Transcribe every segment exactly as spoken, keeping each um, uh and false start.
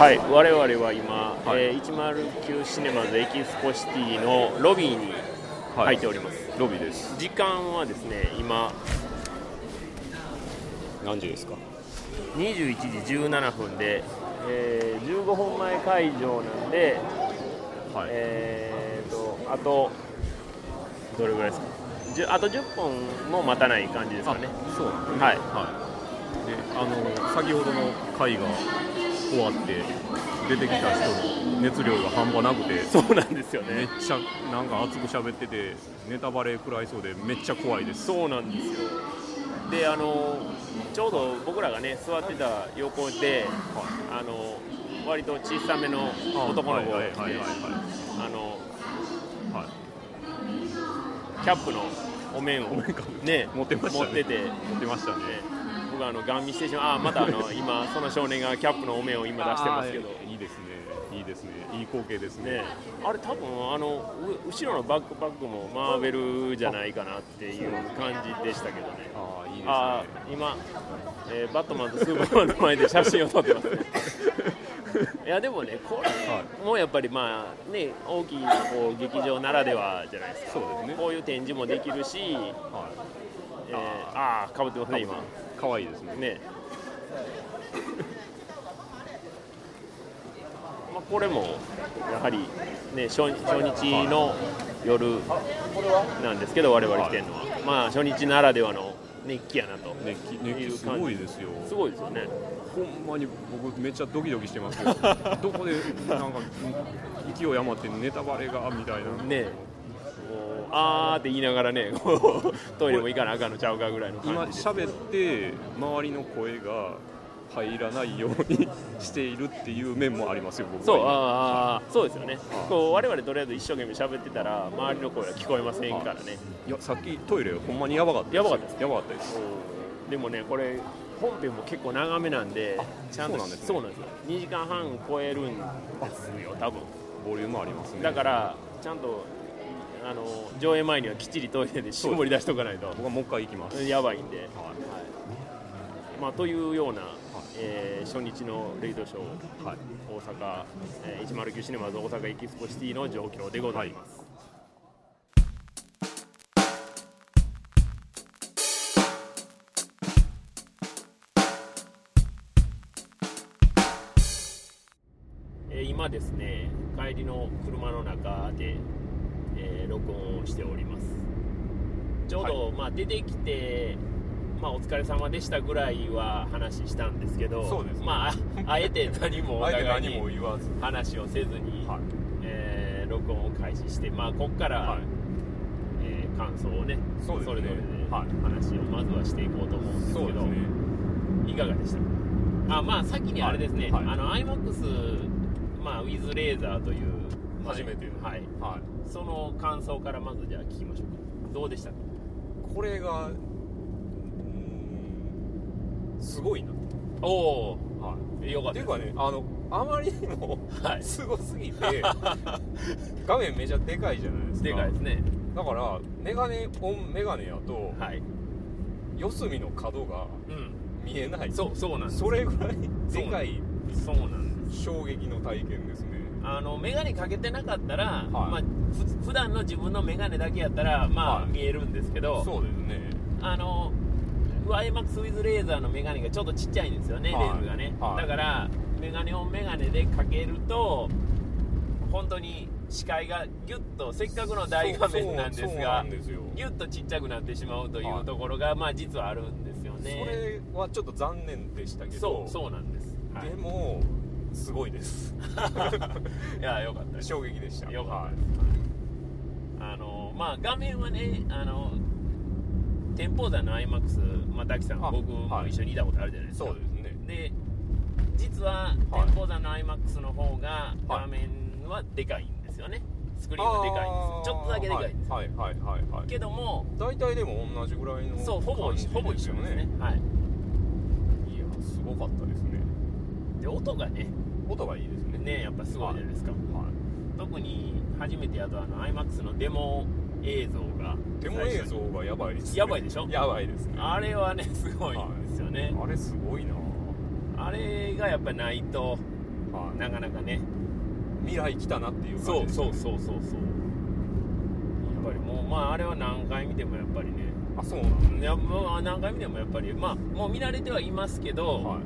はい、我々は今、はい、えー、いちまるきゅうシネマズエキスポシティのロビーに入っております、 はい、ロビーです。 時間はですね、今何時ですか？ にじゅういちじじゅうななふんで、えー、じゅうごふんまえ開場なんで、はい、えーとあとどれぐらいですか？あとじゅっぷんも待たない感じですかね。 そうなんですね。 はい、 はい、であの先ほどの回が終わって出てきた人の熱量が半端なくて、 そうなんですよね。 めっちゃなんか熱く喋っててネタバレ食らいそうでめっちゃ怖いです。 そうなんですよ。であのちょうど僕らがね座ってた横で、はい、あの割と小さめの男の子が来て、あの、はい、キャップのお面をね持ってましたね。 持ってて持ってましたね。 僕はあのガン見してしまう。あまたあの今その少年がキャップのお面を今出してますけど、 いいですね。いいですね。いい光景です ね, ねあれ多分あの後ろのバックパックもマーベルじゃないかなっていう感じでしたけどね。 ああいいですね。 あ今、えー、バットマンとスーパーマンの前で写真を撮ってますね。いやでもねこれもやっぱりまあね大きいこう劇場ならではじゃないですか。 そうですね。 こういう展示もできるし、はい、えー、ああ被ってますね今。 可愛いですね。 ねまあ、これもやはり、ね、初, 初日の夜なんですけど、我々来てるのは、はい、まあ初日ならではの熱気やなと。 熱気、熱気すごいですよ。 すごいですよね。 ほんまに僕めっちゃドキドキしてますよ。どこでなんか勢い余ってネタバレがみたいなね。あーって言いながらねトイレも行かなあかんのちゃうかぐらいの感じで、 今喋って周りの声が入らないようにしているっていう面もありますよ。僕そう、ああそうですよね。こう我々とりあえず一生懸命喋ってたら周りの声は聞こえませんからね。 いやさっきトイレほんまにやばかったです。 やばかったです。 やばかったです。 でもねこれ本編も結構長めなんで、ちゃんとそうなんですね。 そうなんですよ。にじかんはん超えるんですよ多分。 ボリュームありますね。 だからちゃんとあの上映前にはきっちりトイレで絞り出しとかないと。 僕はもう一回行きます。 やばいんで。はいはい、まあというような。えー、初日のレイドショー、はい、大阪、えー、いちまるきゅうシネマズ大阪エキスポシティの状況でございます、はいえー、今ですね帰りの車の中で、えー、録音をしております。ちょうど、はい、まあ、出てきてまあ、お疲れ様でしたぐらいは話したんですけど、 そうですね、 まあ、あえて何もお互いに言わず話をせずに、はいえー、録音を開始して、まあ、ここから、はいえー、感想をね、 そうですね、 それぞれで話をまずはしていこうと思うんですけど、そうですね、いかがでしたか？あ、まあ、先にあれですね、はいはい、あの アイマックス、まあ、ウィズレーザーという、 初めての、 はいはい、その感想からまずじゃあ聞きましょうか。どうでしたか？ これがすごいな。 おー、 はい、 よかったです。 っていうかね、あのあまりにも、はい、すごすぎて画面めちゃでかいじゃないですか。 でかいですね。 だからメガネオンメガネやと、はい、四隅の角が見えない、うん、そうそうなんです。それぐらいでかい。 そうなんです。 衝撃の体験ですね。 あのメガネかけてなかったら、はいまあ、ふ普段の自分のメガネだけやったらまあ、はい、見えるんですけど、 そうですね。 あのアイマックス with レーザーのメガネがちょっとちっちゃいんですよね、はい、レンズがね、はい、だからメガネオンメガネでかけると本当に視界がギュッとせっかくの大画面なんですがギュッとちっちゃくなってしまうというところが、はい、まあ実はあるんですよね。 それはちょっと残念でしたけど、 そうそうなんです、 はい、でもすごいですいやよかったです。 衝撃でした。 よかったです、はい、あのまあ画面はねあの天保山の アイマックス、まあ、滝さん僕も一緒にいたことあるじゃないですか、 はい、そうですね。 で実は天保山の アイマックス の方が画面はでかいんですよね。スクリーンはでかいんです。ちょっとだけでかいんですよ、 はいはいはいはい、けども大体でも同じぐらいの感じですよね。 そうほぼほぼ一緒ですね、はい、 いやすごかったですね。 で音がね音がいいですね。 ねやっぱすごいじゃないですか、はいはい、特に初めてやとあの アイマックス のデモ映像がデモ映像がやばいですね。 やばいでしょ。 やばいですね。 あれはねすごいんですよね、 はい、あれすごいな。 あれがやっぱりないとはい、なかなかね未来来たなっていう感じです、ね、 そうそうそうそうそうやっぱりもうまああれは何回見てもやっぱりねあそうなんいやもう何回見てもやっぱりまあもう見慣れてはいますけど、はい、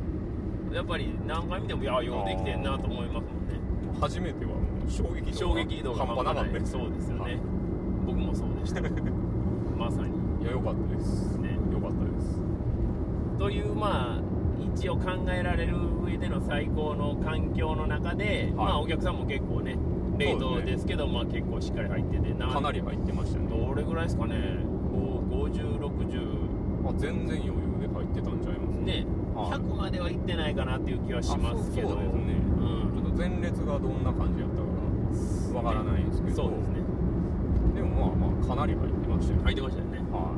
やっぱり何回見てもいや読んできてんなと思いますもんね。 初めてはもう衝撃衝撃度が半端なかったです。 そうですよね、はい、僕もそうでしたまさにいや良かったですね良かったですというまあ一応考えられる上での最高の環境の中で、はい、まあお客さんも結構ね冷凍ですけど、ね、まあ結構しっかり入っててかなり入ってましたね。 どれぐらいですかねごじゅう、ろくじゅうあ全然余裕で入ってたんちゃいますね、はい、ひゃくまではいってないかなっていう気はしますけどそうですね、うん、ちょっと前列がどんな感じやったかわからないんですけど、 そうですねでもまあまあかなり入ってましたよね入ってましたよねはい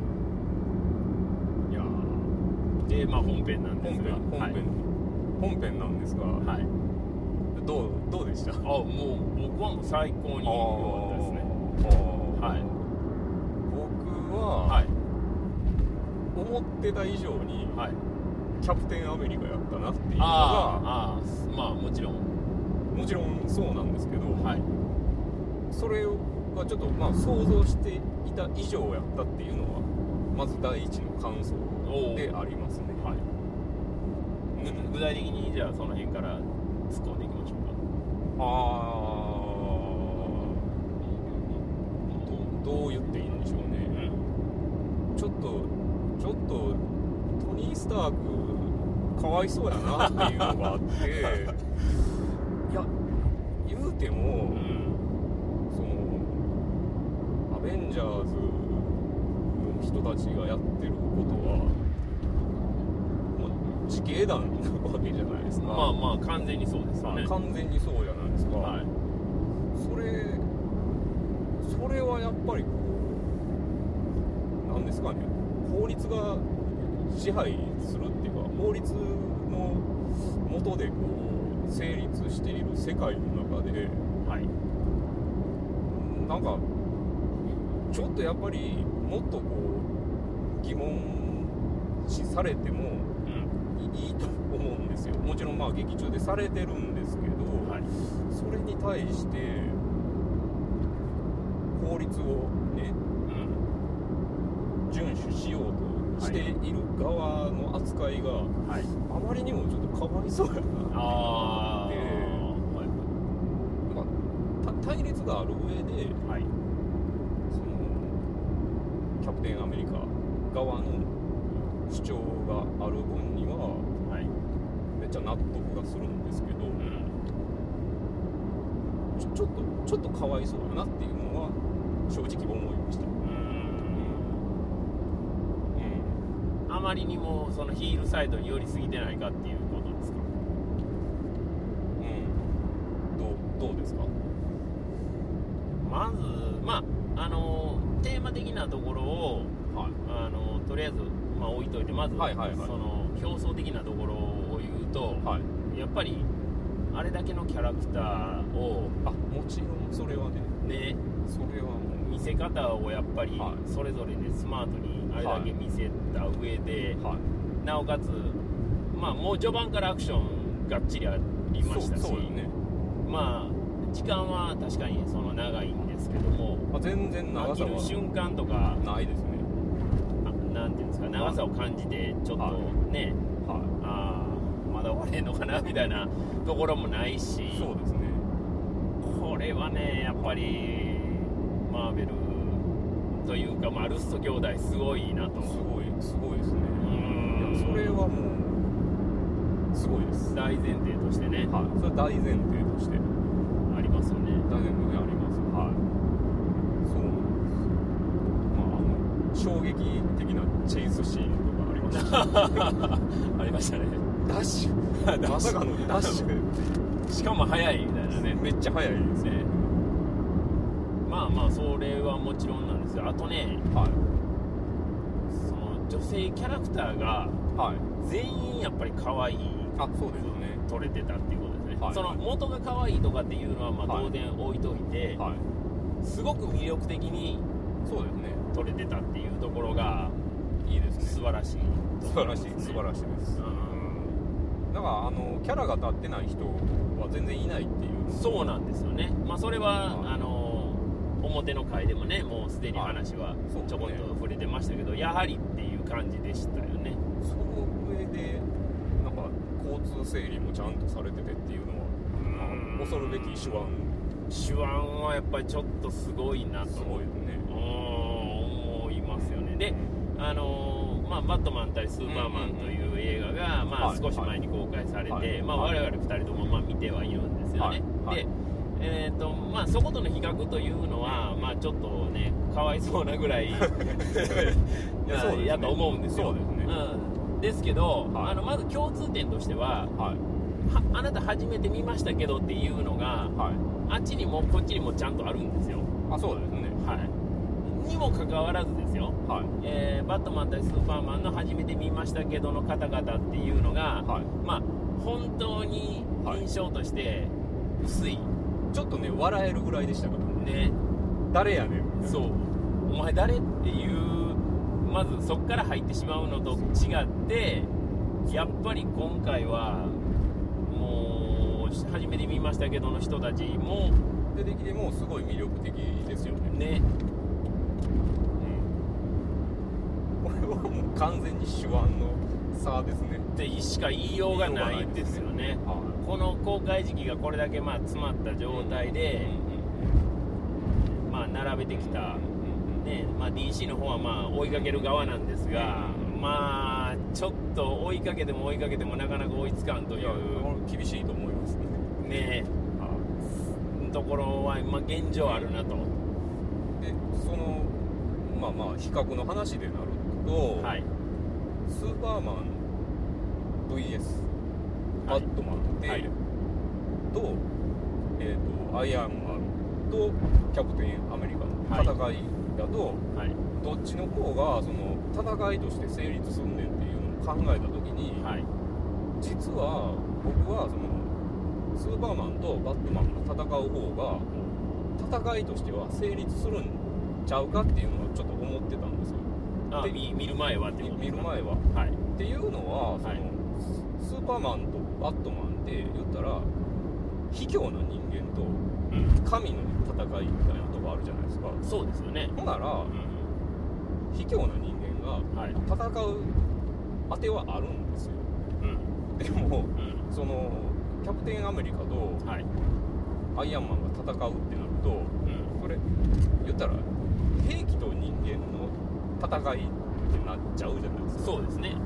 、いやでまあ本編なんですが本編、はい、本編なんですがはいどうどうでした？あもう僕はもう最高に良かったですね。はい。 僕は、はい、思ってた以上に、はい、キャプテンアメリカやったなっていうのがああまあもちろんもちろんそうなんですけど、はい、それがちょっとまあ想像していた以上やったっていうのはまず第一の感想でありますね。はい。 うん、具体的にじゃあその辺から突っ込んでいきましょうか。あど, どう言っていいんでしょうね、うん、ちょっとちょっとトニー・スタークかわいそうやなっていうのがあっていや言うても、うん、そのアベンジャーズの人たちがやってることは自警団なわけじゃないですか。 まあまあ完全にそうですよね。 完全にそうじゃないですか。はい、それそれはやっぱりこうなんですかね法律が支配するっていうか法律の下でこう成立している世界の中で、はい、なんかちょっとやっぱりもっとこう疑問視されてもいいと思うんですよ。もちろんまあ劇中でされてるんですけど、はい、それに対して法律をね、うん、遵守しようとしている側の扱いが、はい、あまりにもちょっとかわいそうやなってあって、はい、なんか対立がある上で、はい、そのキャプテンアメリカ側の主張がある分には、はい、めっちゃ納得がするんですけど、うん、ちょ、ちょっとちょっとかわいそうだなっていうのは正直思いました。うんうん、あまりにもそのヒールサイドに寄りすぎてないかっていうことですか。 うんどう、どうですか。 まずまああのテーマ的なところを、はい、あのとりあえずまあ、置いといてまず、はいはいはい、その表層的なところを言うと、はい、やっぱりあれだけのキャラクターをあもちろんそれはねねそれはもう見せ方をやっぱりそれぞれでスマートにあれだけ見せた上で、はい、なおかつまあもう序盤からアクションがっちりありましたしそうそう、ね、まあ時間は確かにその長いんですけども、 まあ、全然長さは飽きる瞬間とかないですね。 なんていうんですか長さを感じてちょっとね、はいはい、あまだ終われんのかなみたいなところもないしそうですねこれはねやっぱりマーベルというか、まあ、ルッソ兄弟すごいなとすごいすごいですねうんいやそれはもうすごいです大前提としてねはいそれは大前提としてありますよね大前提でありますはいそう衝撃的なチェイスシーンとかありましたありましたねダッシュまさかのダッシュしかも速いみたいなねめっちゃ速いですねまあまあそれはもちろんなんですがあとね、はい、その女性キャラクターが全員やっぱり可愛いあそうですよね撮れてたっていうことですね、はい、その元が可愛いとかっていうのはまあ当然置いといて、はいはい、すごく魅力的にそうですね撮れてたっていうところがいいですね素晴らしい、 ね、素晴らしい素晴らしいです、うん、だからあのキャラが立ってない人は全然いないっていう。 そうなんですよね。まあそれは、はい、あの表の回でもねもうすでに話はちょこっと触れてましたけど、はいね、やはりっていう感じでしたよね。 その上でなんか交通整理もちゃんとされててっていうのは、まあ、恐るべき手腕手腕はやっぱりちょっとすごいなと。すごいよね。 うん思いますよね。であのーまあ、バットマン対スーパーマンという映画が、まあ、少し前に公開されて、はいはいまあ、我々ふたりともまあ見てはいるんですよね、はいはい、で、えーとまあ、そことの比較というのは、まあ、ちょっとねかわいそうなぐらいや, ね、やと思うんですよ。 そうですね、 うん、ですけど、はい、あのまず共通点としては、はい、はあなた初めて見ましたけどっていうのが、はい、あっちにもこっちにもちゃんとあるんですよ。 あそうですね、 はいにもかかわらずですよ、はいえー、バットマン対スーパーマンの初めて見ましたけどの方々っていうのが、はい、まあ本当に印象として薄い、はい、 ちょっとね笑えるぐらいでしたからね。 誰やねんみたいな。 そうお前誰っていうまずそっから入ってしまうのと違って、やっぱり今回はもう初めて見ましたけどの人たちも出てきてもすごい魅力的ですよね。 ねもう完全に手腕の差ですねってしか言いようがないですよね。この公開時期がこれだけまあ詰まった状態で、うん、まあ並べてきた、ねまあ、ディーシー の方はまあ追いかける側なんですが、うん、まあちょっと追いかけても追いかけてもなかなか追いつかんという厳しいと思いますね。 ねところはまあ現状あるなと。 でそのまあまあ比較の話でなると、はい、スーパーマン ブイエス バットマンで、はいはい、と,、えー、とアイアンマンとキャプテンアメリカの戦いだと、はい、どっちの方がその戦いとして成立すんねんっていうのを考えた時に、はい、実は僕はそのスーパーマンとバットマンが戦う方が戦いとしては成立するんちゃうかっていうのをちょっと思ってたんですよ。 あ見, 見る前はってこと見る前は、はい、っていうのはその、はい、スーパーマンとバットマンって言ったら卑怯な人間と神の戦いみたいなとこあるじゃないですか。 そうですよね。 ほんなら、うん、卑怯な人間が戦う当てはあるんですよ、うん、でも、うん、そのキャプテンアメリカと、はい、アイアンマンが戦うってなると、うん、これ言ったら兵器と人間の戦いってなっちゃうじゃないですか。 そうですね、はい、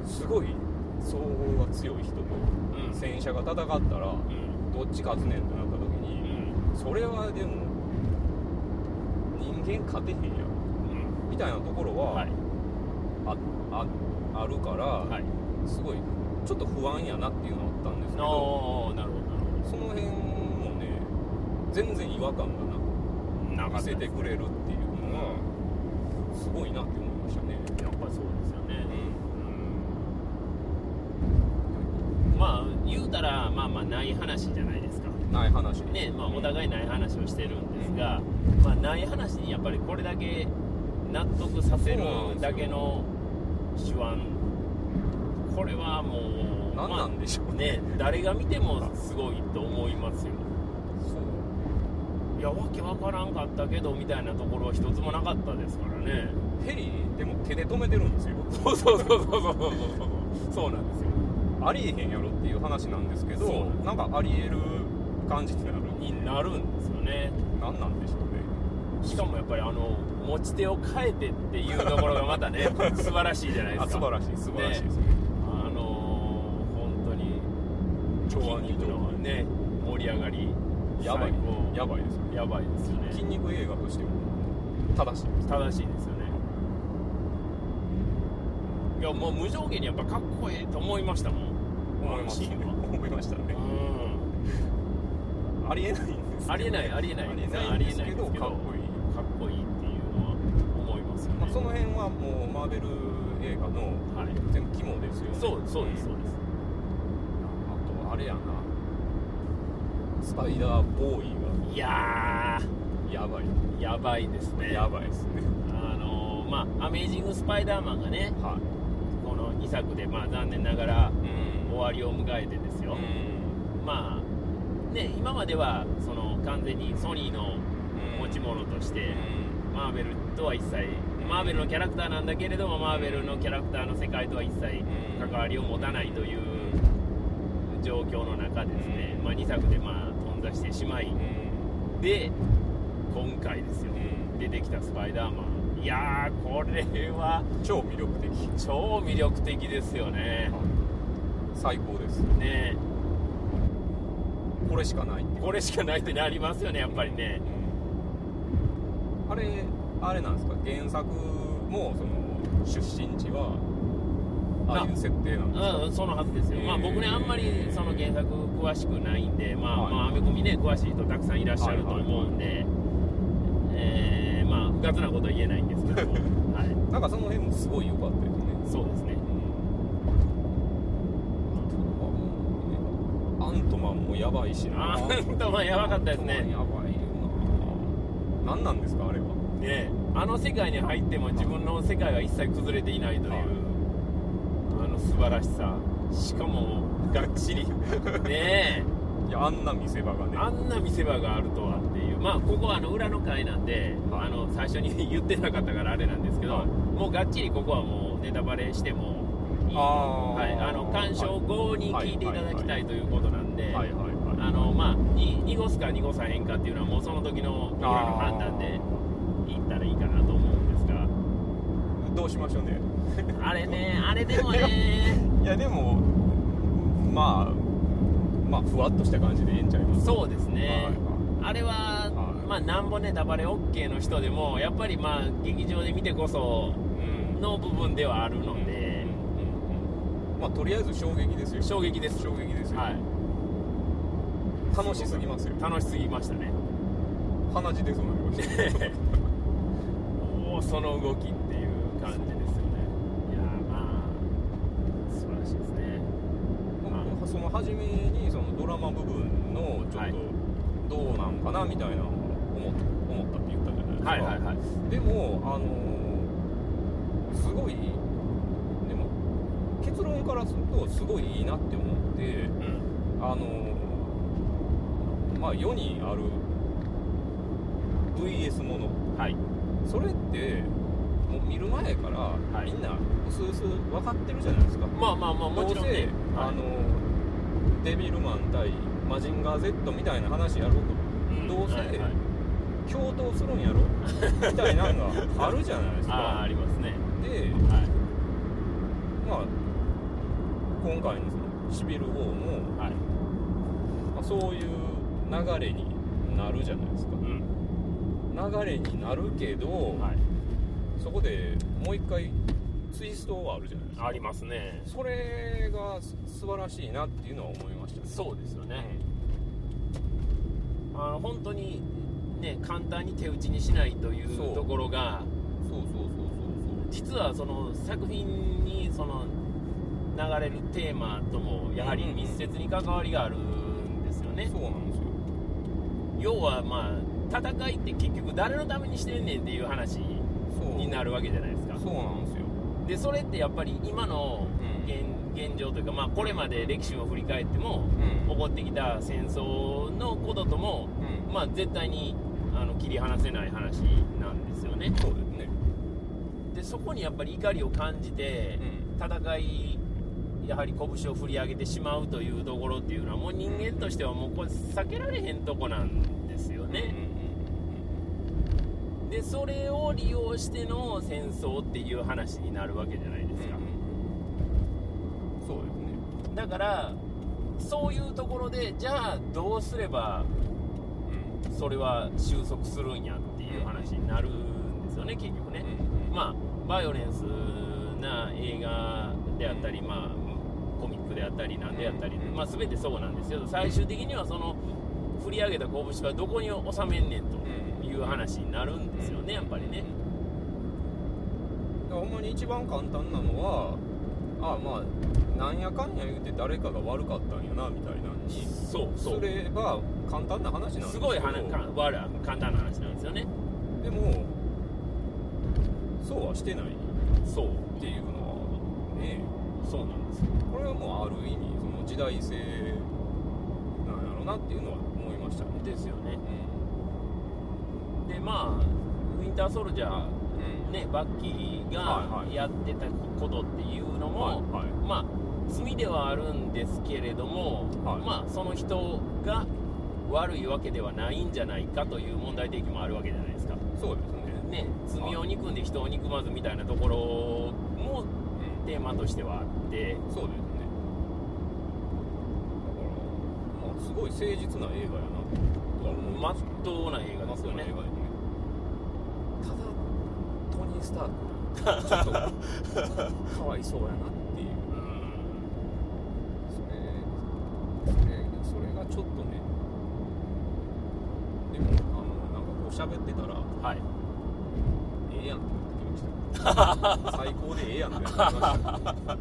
すごい総合が強い人と戦車が戦ったら、うん、どっち勝つねんってなった時に、うん、それはでも人間勝てへんやん、うん、みたいなところは、はい、あ, あ, あるから、はい、すごいちょっと不安やなっていうのはあったんですけど、 なるほどなるほど。 その辺もね全然違和感がなく見せてくれるっていうのがすごいなって思いましたね。 やっぱりそうですよね、うんうん、まあ言うたらまあまあない話じゃないですか。 ない話ね、まあお互いない話をしてるんですが、うん、まあない話にやっぱりこれだけ納得させるだけの手腕、これはもう何なんでしょうね、 まあ、ね誰が見てもすごいと思いますよ。いやわけわからんかったけどみたいなところは一つもなかったですからね。 ヘリでも手で止めてるんですよ。 そうそうそうそうそうそうそうなんですよ。 ありえへんやろっていう話なんですけど、なんかありえる感じになるになるんですよね。 なんなんでしょうね。 しかもやっぱりあの持ち手を変えてっていうところがまたね素晴らしいじゃないですか。 素晴らしい素晴らしいですね。 あのー、本当に超筋肉のね盛り上がりやばいやばいですね。 やばいですよね。 筋肉映画としても正しいです。 正しいですよね。いやもう無条件にやっぱかっこいいと思いましたもん。 思いましたね。思いましたね。うん。ありえないんです。 ありえないありえないありえないんですけどかっこいいかっこいいっていうのは思いますよね。 まあ、その辺はもうマーベル映画の全部肝ですよね。 そうそうですそうです。 あとあれやな。スパイダーボーイがいやーやばいやばいですね。 やばいですね。 あのー、まあアメイジングスパイダーマンがね、はい、このにさくでまあ残念ながら終わりを迎えてですよ、 まあね、今まではその完全にソニーの持ち物として、うん、マーベルとは一切、うん、マーベルのキャラクターなんだけれども、マーベルのキャラクターの世界とは一切関わりを持たないという状況の中ですね、うん、まあ、にさくでまあ頓挫してしまい、うん、で今回ですよ、うん、出てきたスパイダーマン、いやーこれは超魅力的超魅力的ですよね、 最高ですね。 これしかないこれしかないってなりますよね、やっぱりね、 うん、あれあれなんですか、原作もその出身地はああいう設定なんですか？ うん、そのはずですよ、えー、まあ僕ねあんまりその原作詳しくないんで、まあ、はい、まあアメコミね詳しい人たくさんいらっしゃると思うんで、はいはいはい、えー、まあ不活なことは言えないんですけど、はい、 なんかその辺もすごい良かったですね。 そうですね、 アントマンもやばいしな。 アントマンやばかったですね。 やばいよな。何なんですかあれは。 ね、あの世界に入っても自分の世界は一切崩れていないという、あの素晴らしさ。しかもがっちりねえ。 いや、あんな見せ場がね。 あんな見せ場があるとはっていう。まあここはあの裏の回なんで、はい、あの最初に言ってなかったからあれなんですけど、はい、もうがっちりここはもうネタバレしても。あ、はい、あの鑑賞後に聞いていただきたいということなんで、あのまあに濁すか濁さへんかっていうのはもうその時の僕らの判断で言ったらいいかなと思うんですが、 どうしましょうね。 あれね、あれでもねいやでもまあまあふわっとした感じでいいんちゃいますか。 そうですね、はい、あれは、はい、まあなんぼネタバレ OK の人でもやっぱりまあ劇場で見てこその部分ではあるので、うんまあ、とりあえず衝撃ですよ。 衝撃です。 衝撃ですよ。はい。楽しすぎますよ。 楽しすぎましたね。 鼻血出そうになりました。 おお、その動きっていう感じですよね。いやまあ素晴らしいですね。 まあ、その初めにそのドラマ部分のちょっとどうなんかなみたいなのを思った思ったって言ったじゃないですか。はいはいはい。でもあのー、すごい。結論からするとすごいいいなって思って、うん、あのまあ世にある ブイエス もの、はい、それってもう見る前から、はい、みんなうすうす分かってるじゃないですか。 まあまあまあもちろんね、 どうせ、はい、あのデビルマン対マジンガー Z みたいな話やろうと、うん、どうせ、はいはい、共闘するんやろみたいなのがあるじゃないですか。 あ, ありますね。 で、はい、まあ今回のそのシビルウォーも、はい、まあ、そういう流れになるじゃないですか、うん、流れになるけど、はい、そこでもう一回ツイストはあるじゃないですか。 ありますね。 それが素晴らしいなっていうのは思いましたね。 そうですよね、うん、あの本当にね簡単に手打ちにしないというところが、 そうそうそうそうそう、 実はその作品にその流れるテーマともやはり密接に関わりがあるんですよね、うんうん、 そうなんですよ。 要はまあ戦いって結局誰のためにしてんねんっていう話になるわけじゃないですか。 そうなんですよ。 でそれってやっぱり今の 現,、うん、現状というか、まあ、これまで歴史を振り返っても、うん、起こってきた戦争のこととも、うん、まあ絶対にあの切り離せない話なんですよね。 そうですね。 でそこにやっぱり怒りを感じて、うん、戦いやはり拳を振り上げてしまうというところっていうのはもう人間としてはもうこれ避けられへんとこなんですよね。でそれを利用しての戦争っていう話になるわけじゃないですか、 うん、そうですね。 だからそういうところでじゃあどうすればそれは収束するんやっていう話になるんですよね、結局ね、うん、まあバイオレンスな映画であったり、まあコミックであったりなんであったり、まあ全てそうなんですけど、最終的にはその振り上げた拳はどこに収めんねんという話になるんですよね、やっぱりね。 ほんまに一番簡単なのは、ああまあなんやかんや言うて誰かが悪かったんやなみたいなにそうそうすれば簡単な話なんですけど、 すごい話か悪簡単な話なんですよね。 でもそうはしてないそうっていうのはね、 そうなんですよ。 これはもうある意味その時代性なんやろうなっていうのは思いましたね。 ですよね、うん、でまあウィンターソルジャー、うんね、バッキーがやってたことっていうのも、はいはい、まあ罪ではあるんですけれども、はい、まあその人が悪いわけではないんじゃないかという問題提起もあるわけじゃないですか。 そうですね。 ね、罪を憎んで人を憎まずみたいなところもテーマとしてはあって、 うん、そうですね。だからまあすごい誠実な映画やなと。 まっとうな映画ですよね。 ただトニー・スタークちょっとかわいそうやなっていう、うん、それそれそれがちょっとね。でもあのなんかこう喋ってたら、はい、ええやんって言ってきました最高でええやんって言ってました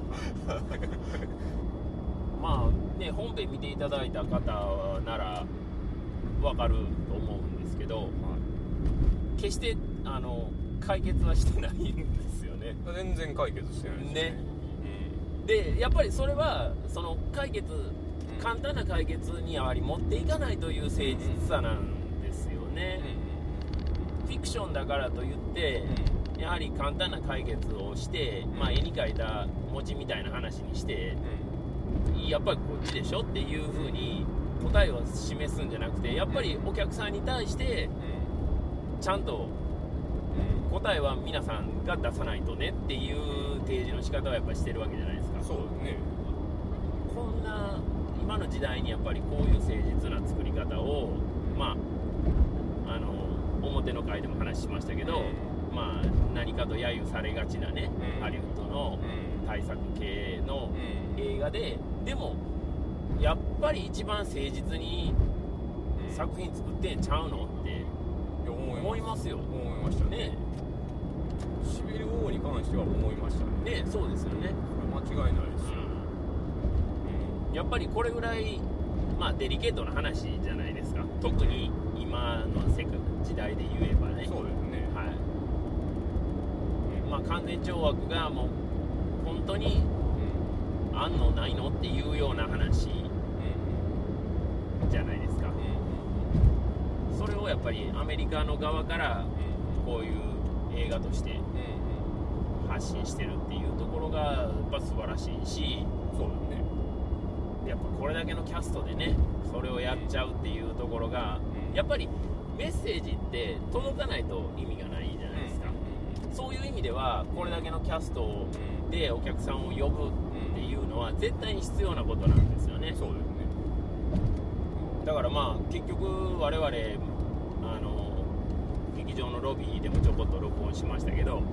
まあね、本編見ていただいた方ならわかると思うんですけど、はい、決してあの解決はしてないんですよね。 全然解決してないですね。ね、 うん、でやっぱりそれはその解決、うん、簡単な解決にやはり持っていかないという誠実さなんですよね、うん、フィクションだからといって、うん、やはり簡単な解決をして、うん、まあ、絵に描いた餅みたいな話にして、うん、やっぱりこっちでしょっていう風に答えを示すんじゃなくて、やっぱりお客さんに対してちゃんと答えは皆さんが出さないとねっていう提示の仕方はやっぱりしてるわけじゃないですか。 そうですね。 こんな今の時代にやっぱりこういう誠実な作り方を、まああの表の回でも話しましたけど、うん、まあ何かと揶揄されがちなね、うん、ハリウッドの大作系の映画で、うん、でもやっぱり一番誠実に作品作ってんちゃうのって思いますよ。 思いましたね。シビル王に関しては思いましたね。 ね、そうですよね。 間違いないです、 うんうん、やっぱりこれぐらい、まあ、デリケートな話じゃないですか。特に今の世界時代で言えばね。 そうですね。 はい。うん、まあ完全懲悪がもう本当に、うん、あんのないのっていうような話、うん、じゃないですか。うん、それをやっぱりアメリカの側からこういう映画として発信してるっていうところがやっぱ素晴らしいし、 そうだね。 やっぱこれだけのキャストでねそれをやっちゃうっていうところが、うん、やっぱりメッセージって届かないと意味がないじゃないですか、うん、そういう意味ではこれだけのキャストでお客さんを呼ぶっていうのは絶対に必要なことなんですよね。 そうですね。 だからまあ結局我々あの劇場のロビーでもちょこっと録音しましたけど、はい、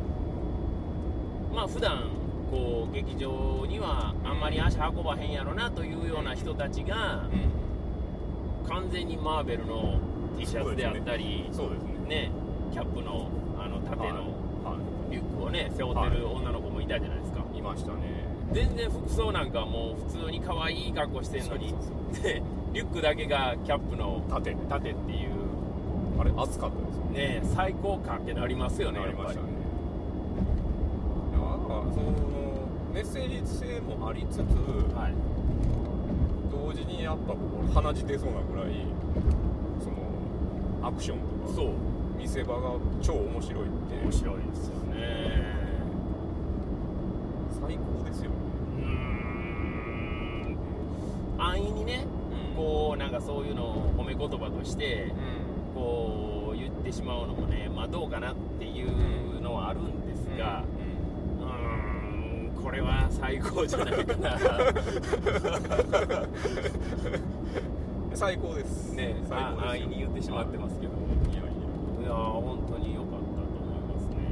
まあ普段こう劇場にはあんまり足運ばへんやろなというような人たちが、うん、完全にマーベルの T シャツであったり、 そうですね、 ね、キャップのあの縦のリュックをね背負ってる女の子もいたじゃないですか、はい、 いましたね。 全然服装なんかもう普通に可愛い格好してるのに、そうそうそうでリュックだけがキャップの縦縦っていう、 あれ熱かったですよね。ね、最高かってなりますよね。 なりましたね。だからそのメッセージ性もありつつ、はい、同時にやっぱこう鼻血出そうなぐらいそのアクションとかそう見せ場が超面白いって面白いですよね。 最高ですよね。 うーん、安易にね、うん、こうなんかそういうのを褒め言葉として、うん、こう言ってしまうのもね、まあどうかなっていうのはあるんですが、うん、うーんこれは最高じゃないかな最高ですね。最高です。安易に言ってしまってますけど、いやいやいや本当に良かったと思いますね。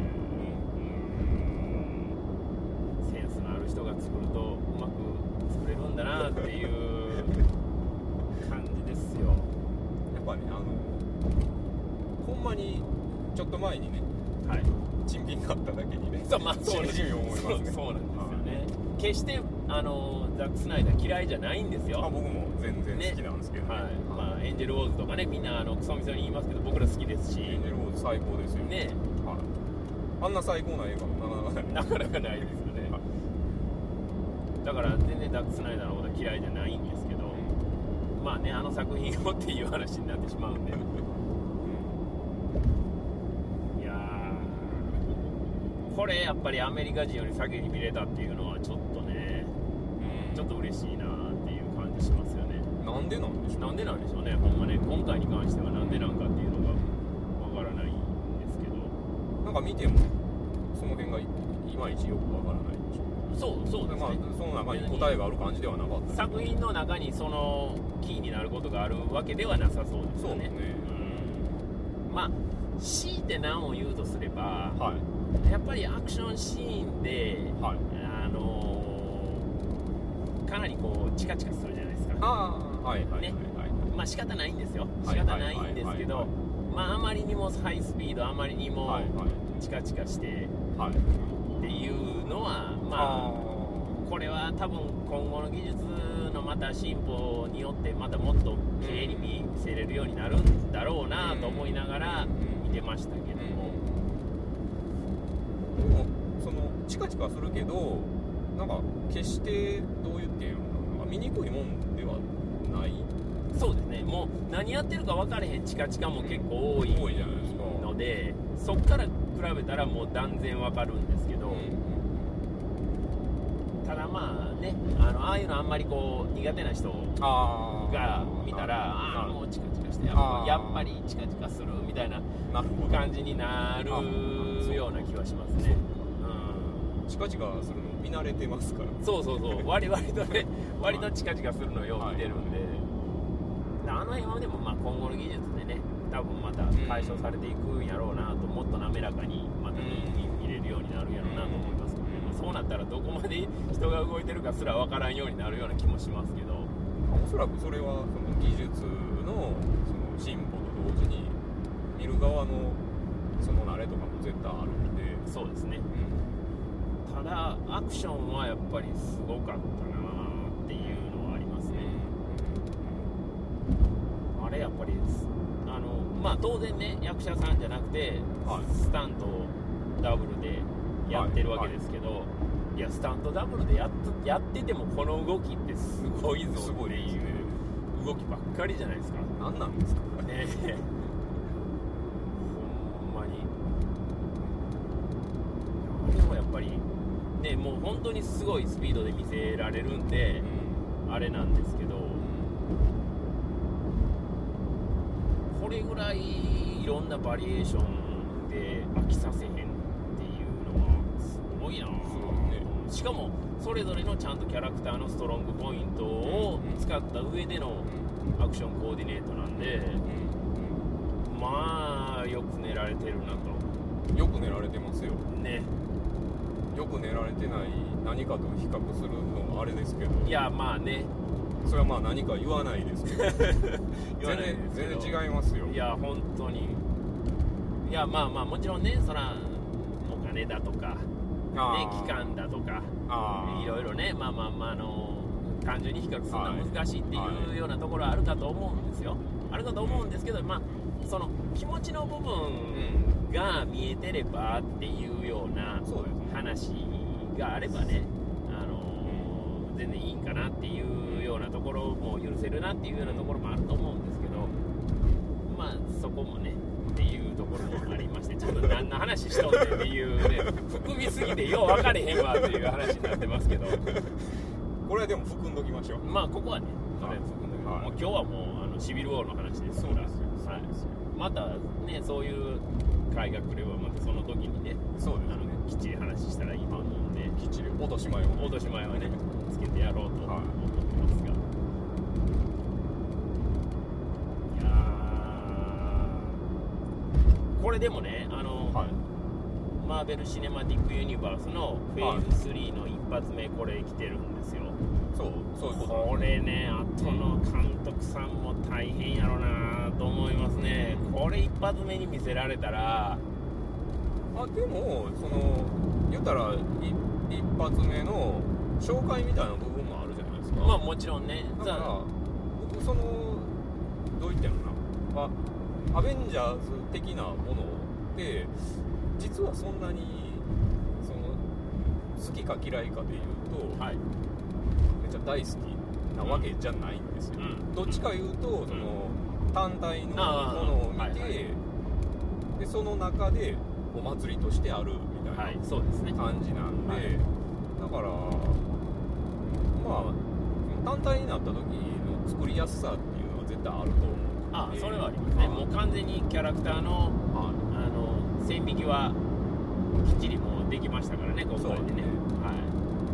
うん、センスのある人が作るとうまく作れるんだなっていう感じですよ。 やっぱね、あのほんまにちょっと前にね、はい、賃金があっただけにね、 そう、まあ、そうしみじみ思いますね。そう、 そうなんですよね。決してあのザック・スナイダー嫌いじゃないんですよ。 あ、僕も全然好きなんですけど、ね、 はい、まあエンジェル・ウォーズとかね、みんなあのクソみそに言いますけど僕ら好きですし、 エンジェル・ウォーズ最高ですよね。はい、あんな最高な映画もなかなかないなかなかないですよね。はい、だから全然ザック・スナイダーのことは嫌いじゃないんですけど、うん、まあねあの作品をっていう話になってしまうんでいやーこれやっぱりアメリカ人より先に見れたっていうのはちょっとね、うん、ちょっと嬉しいなっていう感じしますよね。 なんでなんでしょうなんでなんでしょうね。ほんまね今回に関してはなんでなんかっていうのがわからないんですけど、 なんか見てもその辺がいまいちよくわからないでしょ。 そうそうですね、 まあ、その中に答えがある感じではなかった、ね、 作品の中にそのキーになることがあるわけではなさそうですよね。そうね、うん、まあ強いて何を言うとすれば、はい、やっぱりアクションシーンで、はい、あのー、かなりこうチカチカするじゃないですか。ああ、はいはいはい、ね、まあ仕方ないんですよ。仕方ないんですけど、まああまりにもハイスピード、あまりにもチカチカして、はい、っていうのはまあこれは多分今後の技術のまた進歩によってまたもっと綺麗に見せれるようになるんだろうなと思いながら見てましたけども、 でもそのチカチカするけどなんか決してどう言ってんやろな、なんか見にくいもんではない。 そうですね、もう何やってるか分からへんチカチカも結構多いので、そっから比べたらもう断然分かるんですけど、うん、ただまあね、あのああいうのあんまりこう苦手な人が見たら、ああもうチカチカしてやっぱやっぱりチカチカするみたいな感じになるような気はしますね。 うん、チカチカするの見慣れてますから。 そうそうそう、割割とね割とチカチカするのよう見てるんで、あの辺はでもまあ今後の技術でね多分また解消されていくんやろうなと、もっと滑らかにまた見れるようになるんやろうなと思いますけどね、まあ、そうなったらどこまで人が動いてるかすら分からんようになるような気もしますけど、 おそらくそれはその技術のその進歩と同時に見る側のその慣れとかも絶対あるんで。 そうですね、うん、ただアクションはやっぱりすごかったなっていうのはありますね、うん、あれやっぱりあのまあ当然ね役者さんじゃなくて、はい、スタントダブルでやってるわけですけど、はいはい、いやスタントダブルでやっとやっててもこの動きってすごいぞっていう動きばっかりじゃないですか。 何なんですかねほんまにあれもやっぱりねもう本当にすごいスピードで見せられるんで、うん、あれなんですけど、これぐらいいろんなバリエーションで飽きさせへんっていうのはすごいな、ね、しかもそれぞれのちゃんとキャラクターのストロングポイントを使った上でのアクションコーディネートなんで、まあよく練られてるなと。 よく練られてますよね。 よく練られてない何かと比較するのはあれですけど、 いやまあね、 それはまあ何か言わないですけど言わないですけど全然違いますよ。 いや本当に、いやまあまあもちろんね、そらお金だとかね、期間だとかいろいろね、まあまあまああの単純に比較するのは難しいっていうようなところはあるかと思うんですよ、あるかと思うんですけど、まあその気持ちの部分が見えてればっていうような話があればね、あの全然いいんかなっていうようなところも許せるなっていうようなところもあると思うんですけど、まあそこもねっていうところもありまして、ちょっと何の話しとんねんっていうね、含みすぎてよう分かれへんわっていう話になってますけどこれはでも含んどきましょう。 まあここはね、とりあえず含んどきましょう。もう今日はもうあのシビルウォーの話ですから、はい、またねそういう会が来ればまたその時にね、そうですね、あのきっちり話したらいいと思うんで、 きっちり落とし前を落とし前はねつけてやろうと思ってますが、はい、いやこれでもね、あの、はい、マーベル・シネマティック・ユニバースのフェーズスリーの一発目、これ来てるんですよ。 そうそういうこと。 これね、後の監督さんも大変やろなと思いますね。これ一発目に見せられたら、 あでもその言ったら一発目の紹介みたいな部分もあるじゃないですか。 まあもちろんね。 だから僕そのどう言ってんのな、まあ、アベンジャーズ的なものって実はそんなにその好きか嫌いかでいうと、はい、めっちゃ大好きなわけじゃないんですよ、うん、どっちかいうと、うん、その単体のものを見て、はいはい、でその中でお祭りとしてあるみたいな感じなんで、はいねはい、だからまあ単体になった時の作りやすさっていうのは絶対あると思う。 ああ、それはありますね。もう完全にキャラクターの、はい、あの線引きはきっちりもうできましたからね、今回でね。ね、はい。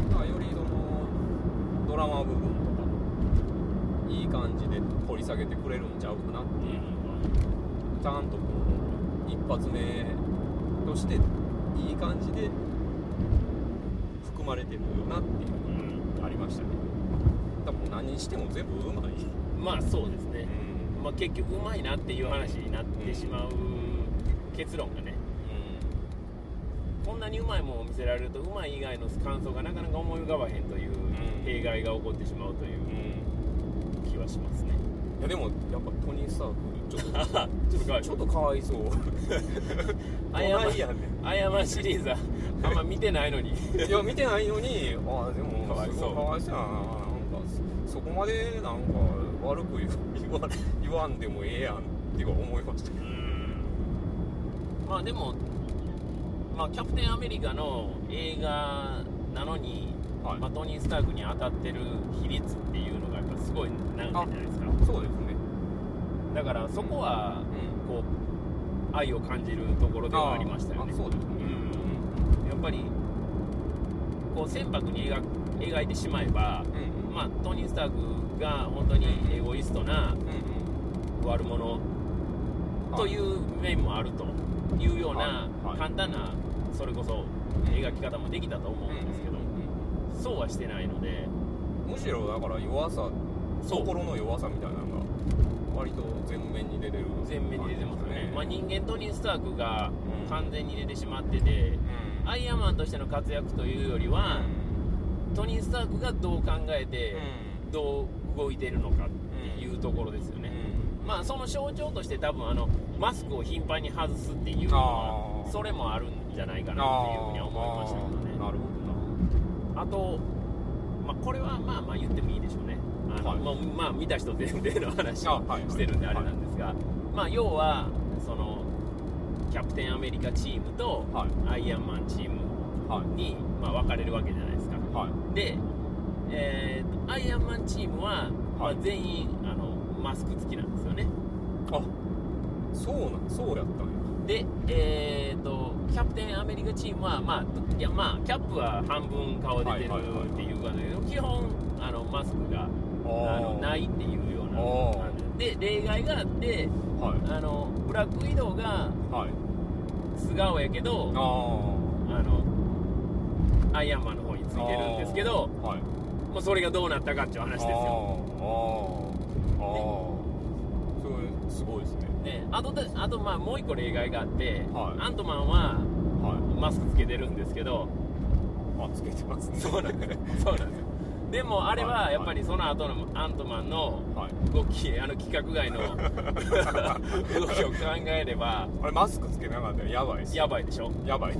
だからよりそのドラマ部分とかいい感じで掘り下げてくれるんちゃうかなっていうのは、うん、ちゃんとこう一発目としていい感じで含まれてるなっていうのがありましたね。だからもう何にしても全部うまい。 まあそうですね。うん、まあ、結局うまいなっていう話になってしまう結論がね。こんなにうまいものを見せられるとうまい以外の感想がなかなか思い浮かばへんという弊害が起こってしまうという気はしますね。 いやでもやっぱトニー・スタークちょっとちょっとかわいそう。ちょっとかわいそう。 アイアンマンアイアンマンシリーズはあんま見てないのに。 いや見てないのに、ああでもかわいそう。かわいそうやな。なんかそこまでなんか悪く言わ言わんでもええやんって思いましたけど。うん、 まあでも。まあ、キャプテンアメリカの映画なのに、はい、まあ、トニー・スタークに当たってる比率っていうのがやっぱすごいなんじゃないですか。 そうですね。 だからそこは、うん、こう愛を感じるところではありましたよね。 そうですね、 うん、やっぱりこう船舶に 描, 描いてしまえば、うんうん、まあ、トニー・スタークが本当にエゴイストな悪者という面もあるというような簡単なそれこそ描き方もできたと思うんですけど、そうはしてないので、 むしろだから弱さ、心の弱さみたいなのが割と前面に出てる、 前面に出てますね。まあ、人間トニー・スタークが完全に出てしまってて、うん、アイアンマンとしての活躍というよりは、うん、トニー・スタークがどう考えて、うん、どう動いてるのかっていうところですよね。うん、まあその象徴として多分あのマスクを頻繁に外すっていうのはそれもあるんじゃないかなっていうふうには思いましたけどね。 なるほどな。 あと、まあ、これはまあまあ言ってもいいでしょうね。あの、はい、まあ、まあ見た人全米の話をしてるんであれなんですが、はいはい、まあ要はそのキャプテンアメリカチームとアイアンマンチームにまあ分かれるわけじゃないですか。はい、で、えーと、アイアンマンチームはまあ全員あのマスク付きなんですよね。 あ、そうなん、そうやったんや。 で、えーと、キャプテンアメリカチームは、まあ、いや、まあ、キャップは半分顔出てるっていうかね、基本、あの、マスクが、あの、ないっていうような。で、例外があって、はい、あの、ブラックウィドウが、素顔やけど、あの、アイアンマンの方についてるんですけど、はい、もうそれがどうなったかっていう話ですよ。 ああ、それ、すごいですね。 ね、あとで、あとまあもう一個例外があって、はい、アントマンは、はい、マスクつけてるんですけど、 あ、つけてますね。 そうなんですよ。そうなんですよ。でもあれはやっぱりその後のアントマンの動き、はい、あの規格外の動きを考えれば、 あれマスクつけなかったらやばいです。 やばいでしょ。 やばいです。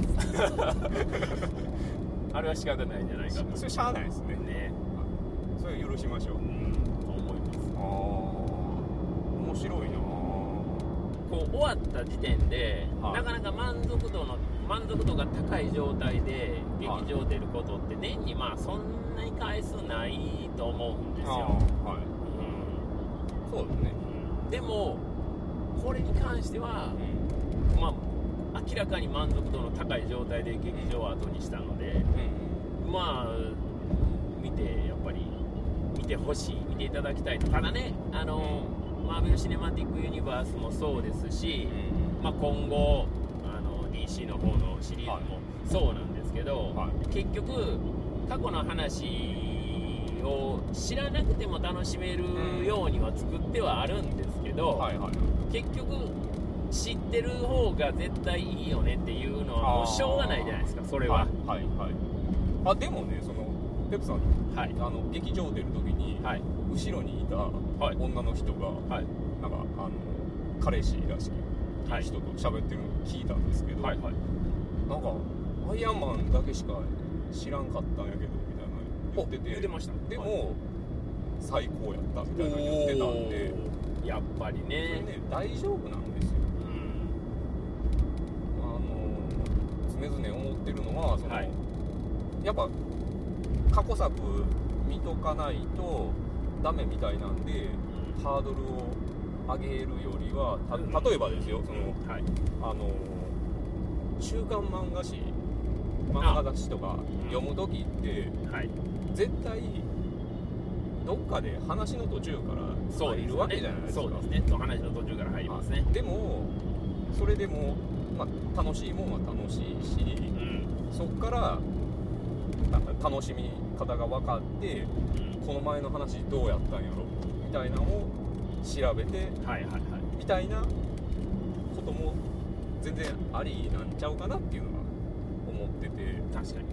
あれは仕方ないんじゃないかと。 それしゃあないですね。ね。それ許しましょう。うん、 と思います。 ああ、面白いな。 こう終わった時点で、はい、なかなか満足度の満足度が高い状態で劇場出ることって年にまあそんなに回数ないと思うんですよ。はい、 うん、そうですね。 でもこれに関しては、うん、まあ明らかに満足度の高い状態で劇場を後にしたので、うん、まあ見てやっぱり見てほしい、見ていただきたいと。ただね、あの、うん、マーベル・シネマティック・ユニバースもそうですし、うん、まあ、今後あの ディーシー の方のシリーズもそうなんですけど、はい、結局過去の話を知らなくても楽しめるようには作ってはあるんですけど、うん、はいはい、結局知ってる方が絶対いいよねっていうのはもうしょうがないじゃないですか、それは。 はいはいはい。あ、でもね、そのペプさん、はい、あの劇場出るときに、はい、後ろにいた女の人が、はい、なんかあの彼氏らしい人と喋ってるのを聞いたんですけど、はいはい、なんかアイアンマンだけしか知らんかったんやけどみたいな言ってて、 言ってました。 でも、はい、 最高やったみたいな言ってたんで、 やっぱり ね, ね大丈夫なんですよ、うん、あの常々思ってるのはその、はい、やっぱ過去作見とかないとダメみたいなんで、うん、ハードルを上げるよりはた例えばですよその、うんはい、あの週刊漫画誌漫画雑誌とか読むときって、うんはい、絶対どっかで話の途中から入るわけじゃないですか。 そうですね。話の途中から入りますね。 でもそれでも、まあ、楽しいもんは楽しいし、うん、そっから楽しみ方が分かって、うん、この前の話どうやったんやろみたいなのを調べて、はいはいはい、みたいなことも全然ありなんちゃうかなっていうのは思ってて。 確かに。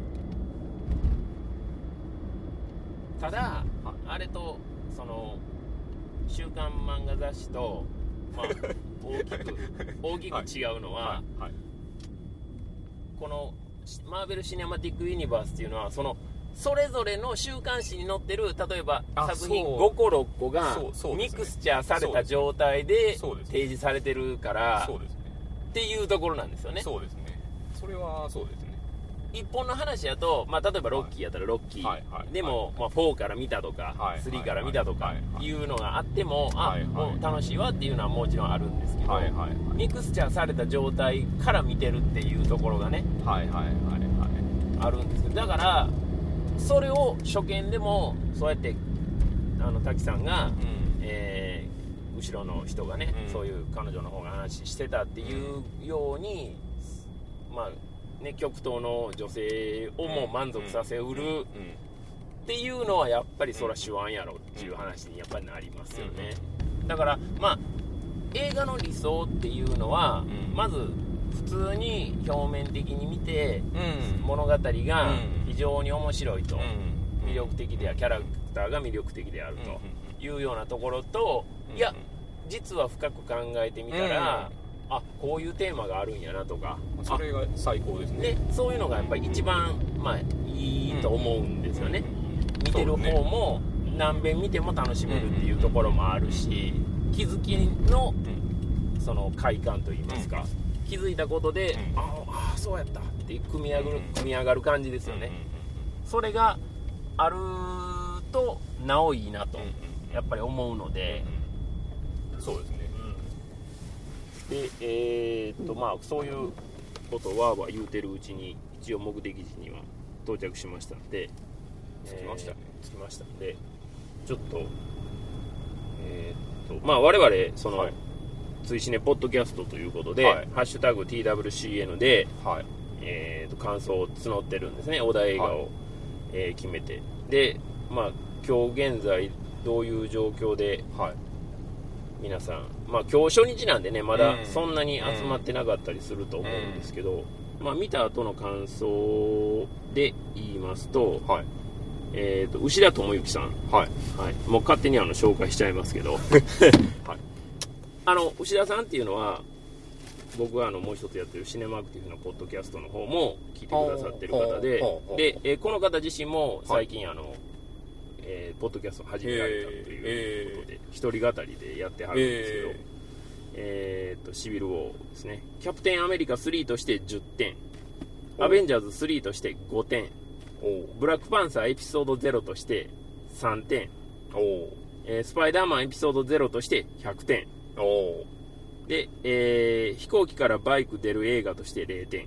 ただあれとその週刊漫画雑誌と、まあ、大きく大きく違うのは、はいはいはい、このマーベル・シネマティック・ユニバースっていうのはそのそれぞれの週刊誌に載ってる例えば作品ごころっこがミクスチャーされた状態で提示されてるからっていうところなんですよね。 そうですね。それはそうですね。 一本の話やと、まあ、例えばロッキーやったらロッキー、はいはいはい、でも、まあ、フォーから見たとか、はい、スリーから見たとかいうのがあっても、はいはい、あ、もう楽しいわっていうのはもちろんあるんですけど、はいはいはい、ミクスチャーされた状態から見てるっていうところがね、はいはいはいはい、あるんですけど、だからそれを初見でもそうやってあの滝さんが、うんえー、後ろの人がね、うん、そういう彼女の方が話してたっていうように、まあね、極東の女性をも満足させうるっていうのはやっぱりそら手腕やろっていう話にやっぱりなりますよね。だからまあ映画の理想っていうのはまず普通に表面的に見て物語が非常に面白いと、魅力的である、キャラクターが魅力的であるというようなところと、いや実は深く考えてみたらあこういうテーマがあるんやなとか、 それが最高ですね。 でそういうのがやっぱり一番、まあ、いいと思うんですよね、うん、見てる方も何遍見ても楽しめるっていうところもあるし、気づきのその快感といいますか、気づいたことで、うん、ああそうやったって組み上がる、組み上がる感じですよね。それがあるとなおいいなとやっぱり思うので、 そうですね。 でえー、っとまあそういうことをわーわー言うてるうちに一応目的地には到着しましたので、 着きましたね、 えー、着きましたのでちょっとえー、っとまあ我々その、はい、追試ねポッドキャストということで、はい、ハッシュタグ ティーダブリューシーエヌ で、はいえー、っと感想を募ってるんですね。お題映画を、はいえー、決めて、でまあ今日現在どういう状況で、はい皆さん、まあ今日初日なんでねまだそんなに集まってなかったりすると思うんですけど、うんうんまあ、見た後の感想で言いますと、はいえー、と牛田智之さん、はいはい、もう勝手にあの紹介しちゃいますけど、はい、あの牛田さんっていうのは僕があのもう一つやってるシネマアクティブのポッドキャストの方も聞いてくださってる方で、で、えー、この方自身も最近あの、はいえー、ポッドキャストを始められたということで、えー、一人語りでやってはるんですけど、えーえー、とシビルウォーですね。キャプテンアメリカスリーとしてじゅってん、アベンジャーズスリーとしてごてん、ブラックパンサーエピソードゼロとしてさんてん、えー、スパイダーマンエピソードゼロとしてひゃくてんで、えー、飛行機からバイク出る映画としてれいてん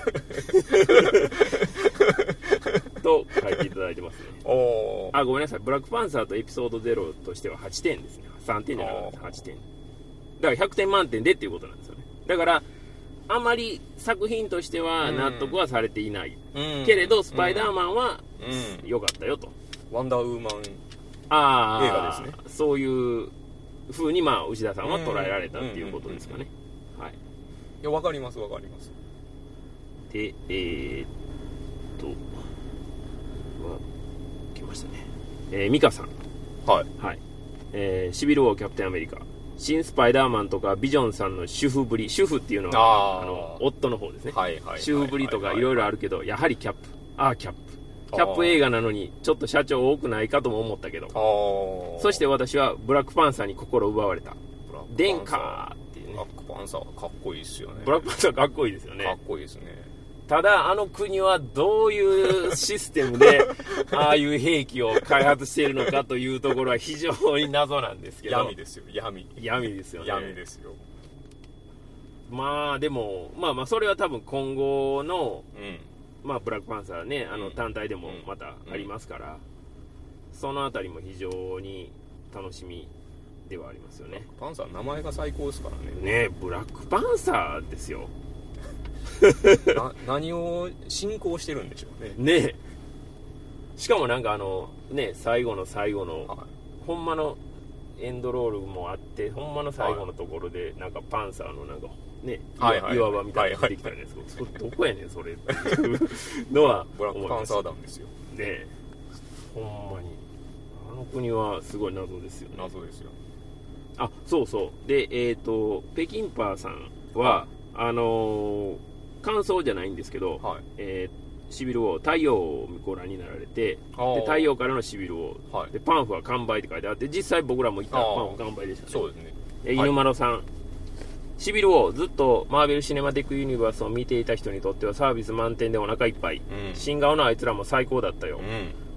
と書いていただいてますね。おあごめんなさい、ブラックパンサーとエピソードゼロとしてははちてんですね。さんてんじゃなかったはちてんだからひゃくてん満点でっていうことなんですよね。だからあまり作品としては納得はされていない、うん、けれどスパイダーマンは良かったよと、 ワンダーウーマンあ映画ですね。そういう風にまあ牛田さんは捉えられたっていうことですかね。はい。いやわかりますわかります。 でえー、っとは来ましたね。えー、ミカさんはいはい、えー、シビルウォーキャプテンアメリカ新スパイダーマンとかビジョンさんの主婦ぶり、主婦っていうのは あ, あの夫の方ですね、はいはいはいはい、主婦ぶりとかいろいろあるけどやはりキャップあーキャップキャップ映画なのにちょっと社長多くないかとも思ったけど、そして私はブラックパンサーに心奪われた。デンカーっていうね。 ブラックパンサーかっこいいですよね。 ブラックパンサーかっこいいですよね。 かっこいいですね。 ただあの国はどういうシステムでああいう兵器を開発しているのかというところは非常に謎なんですけど。 闇ですよ、闇。 闇ですよね。 闇ですよ。 まあでもまあまあそれは多分今後の、 うんまあ、ブラックパンサーね、あの単体でもまたありますから、うんうん、そのあたりも非常に楽しみではありますよね。 パンサー名前が最高ですからね。 ねえ、ブラックパンサーですよ。 な何を進行してるんでしょうね。 ねえ。しかもなんかあのね、最後の最後の、はい、ほんまのエンドロールもあって、ほんまの最後のところで、はい、なんかパンサーのなんかね、はいはい、岩場みたいなのが出てきたんですけど、どこやねんそれっていうのはブラックパンサー団ですよね。ほんまにあの国はすごい謎ですよね。 謎ですよ。 あ、そうそうで、えっと北京パーさんは、はい、あのー、感想じゃないんですけど、はい、えー、シビル王太陽をご覧になられて、で太陽からのシビル王、はい、でパンフは完売って書いてあって、実際僕らも行ったパンフ完売でしたね。 そうですね。 え犬丸さん、はい、シビル王ずっとマーベル・シネマティック・ユニバースを見ていた人にとってはサービス満点でお腹いっぱい、うん、新顔のあいつらも最高だったよ、うん、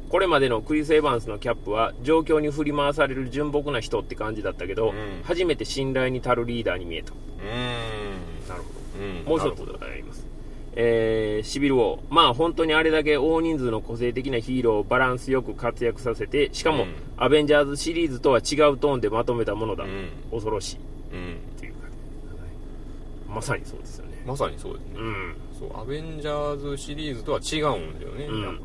これまでのクリス・エヴァンスのキャップは状況に振り回される純朴な人って感じだったけど、うん、初めて信頼に足るリーダーに見えた。うーん、なるほど、うん、もう一つあります。えー、シビル王、まあ本当にあれだけ大人数の個性的なヒーローをバランスよく活躍させて、しかも、うん、アベンジャーズシリーズとは違うトーンでまとめたものだ、うん、恐ろしい、うん、っていうか、まさにそうですよね。 まさにそうですね、うん、そうアベンジャーズシリーズとは違うんだよね、うんうん、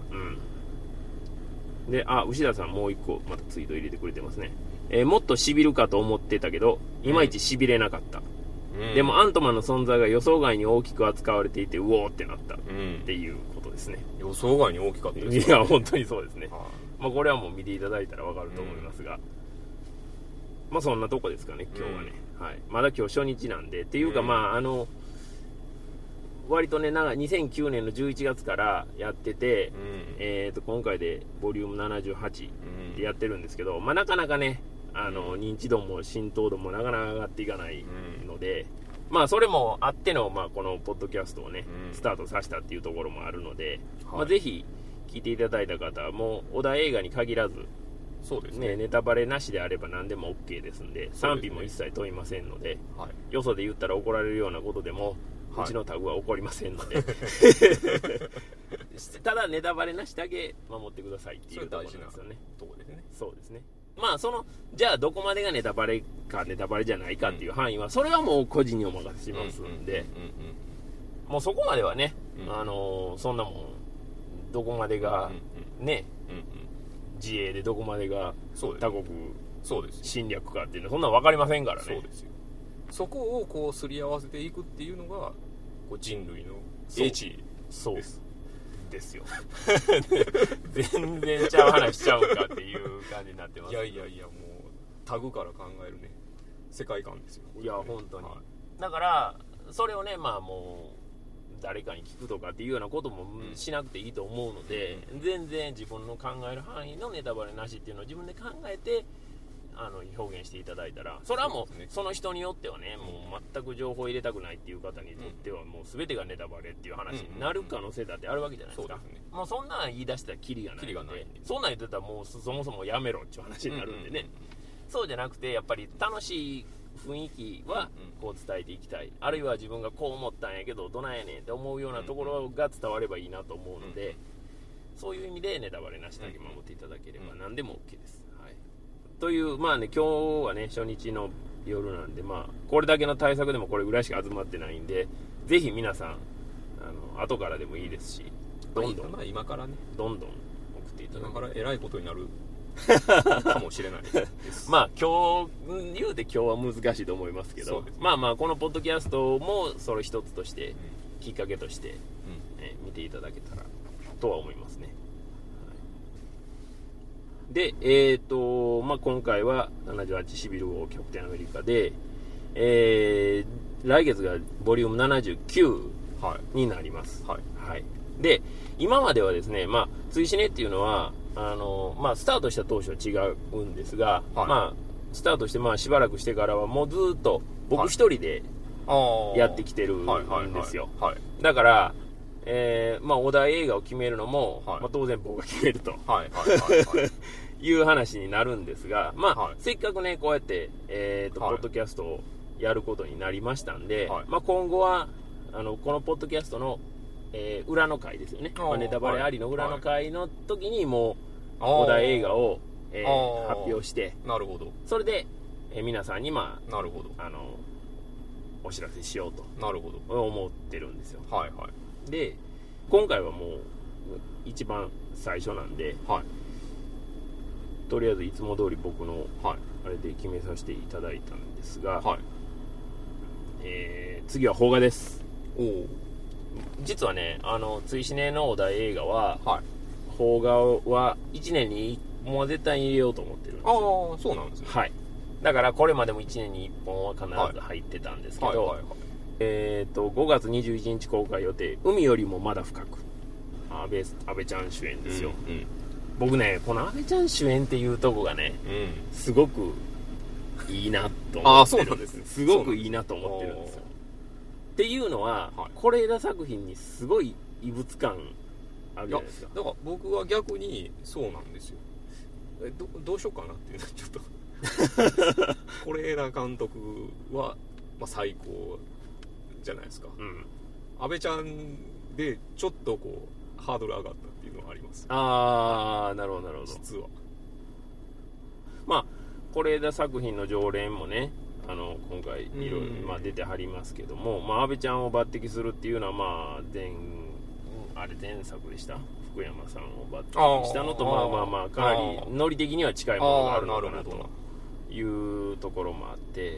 で、あ、牛田さんもう一個またツイート入れてくれてますね。えー、もっとしびるかと思ってたけどいまいちしびれなかった、うん、でもアントマンの存在が予想外に大きく扱われていてうおーってなったっていうことですね、 うん、予想外に大きかったですね。いや本当にそうですね、はあ、まあ、これはもう見ていただいたら分かると思いますが、うん、まあそんなとこですかね今日はね、うん、はい、まだ今日初日なんでっていうか、うん、まああの割とねにせんきゅうねんのじゅういちがつからやってて、うん、えー、と今回でボリュームななじゅうはちでやってるんですけど、まあ、なかなかねあの認知度も浸透度もなかなか上がっていかないので、うん、まあそれもあっての、まあ、このポッドキャストをね、うん、スタートさせたっていうところもあるので、はい、まあ、ぜひ聞いていただいた方はもう小田映画に限らずそうですね、 ね、ネタバレなしであれば何でも OK ですんで、賛否も一切問いませんので、はい、よそで言ったら怒られるようなことでも、はい、うちのタグは怒りませんのでただネタバレなしだけ守ってくださいっていうところなんですよね。 とこですね。 そうですね。まあそのじゃあどこまでがネタバレかネタバレじゃないかっていう範囲は、それはもう個人にお任せしますんで、もうそこまではね、うん、あのー、そんなもんどこまでがね、うんうん、自衛でどこまでが他国侵略かっていうのはそんなの分かりませんからね。 そうですよ。そこをこうすり合わせていくっていうのがこう人類の英知そうですですよ全然ちゃう話しちゃうんかっていう感じになってます。 いやいやいや、もうタグから考えるね世界観ですよ。 いや本当に、はい、だからそれをね、まあもう誰かに聞くとかっていうようなこともしなくていいと思うので、うん、全然自分の考える範囲のネタバレなしっていうのを自分で考えてあの表現していただいたら、それはもう そ, う、ね、その人によってはね、もう全く情報を入れたくないっていう方にとってはもう全てがネタバレっていう話になる可能性だってあるわけじゃないですか。そうですね。もうそんなん言い出したらキリがないので、そんなん言ってたらもうそもそもやめろっていう話になるんでね、うんうんうん、そうじゃなくてやっぱり楽しい雰囲気はこう伝えていきたい、あるいは自分がこう思ったんやけどどないやねんって思うようなところが伝わればいいなと思うので、そういう意味でネタバレなしだけ守っていただければ何でも OK です。というまあね、今日はね初日の夜なんで、まあこれだけの対策でもこれぐらいしか集まってないんで、ぜひ皆さんあの後からでもいいですし、どんどん、 まあ、今からねどんどん送っていただ今からえらいことになるかもしれないですまあ今日言うて今日は難しいと思いますけど、ね、まあまあこのポッドキャストもそれ一つとして、うん、きっかけとして、うんえー、見ていただけたらとは思いますね。で、えーとまあ、今回はななじゅうはちシビル王キャプテンアメリカで、えー、来月がボリュームななじゅうきゅうになります、はいはいはい、で今まではですね、まあ、追試ねっていうのはあの、まあ、スタートした当初は違うんですが、はい、まあ、スタートしてまあしばらくしてからはもうずっと僕一人でやってきてるんですよ。だから、えーまあ、お題映画を決めるのも、はい、まあ、当然僕が決めると、はいはいはいはい、いう話になるんですが、まあはい、せっかくねこうやって、えーとはい、ポッドキャストをやることになりましたんで、はい、まあ、今後はあのこのポッドキャストの、えー、裏の回ですよね、まあ、ネタバレありの裏の回の時にもうお題映画を、えー、発表して、 なるほど、 それで、えー、皆さんに、まあ、 なるほど、 あのお知らせしようとなるほど思ってるんですよ。 はいはい。 で今回はもう一番最初なんで、はい、とりあえずいつも通り僕の、はい、あれで決めさせていただいたんですが、はい、えー、次は邦画です。お実はね、あの追試ねのお題映画は、はい、邦画はいちねんにいっぽんは絶対に入れようと思ってるんですよ。 ああ、そうなんですね。 はい。だからこれまでもいちねんにいっぽんは必ず入ってたんですけど、はいはいはいはい、えー、とごがつにじゅういちにち公開予定、海よりもまだ深く、安倍、安倍ちゃん主演ですよ、うんうん、僕ねこの安倍ちゃん主演っていうとこがね、うん、すごくいいなと思ってるんです。すごくいいなと思ってるんですよ。っていうのは是枝作品にすごい異物感あるじゃないですか。 だから僕は逆にそうなんですよ。え ど, どうしようかなっていうのはちょっと是枝監督は、まあ、最高じゃないですか、うん、安倍ちゃんでちょっとこうハードル上がったっていうのはあります。 ああ、なるほどなるほど。 実はまあ是枝作品の常連もね、あの今回いろいろまあ出てはりますけども、まあ、安倍ちゃんを抜擢するっていうのはまあ前あれ前作でした福山さんを抜擢したのとまあまあまあかなりノリ的には近いものがあるのかなというところもあって、うん、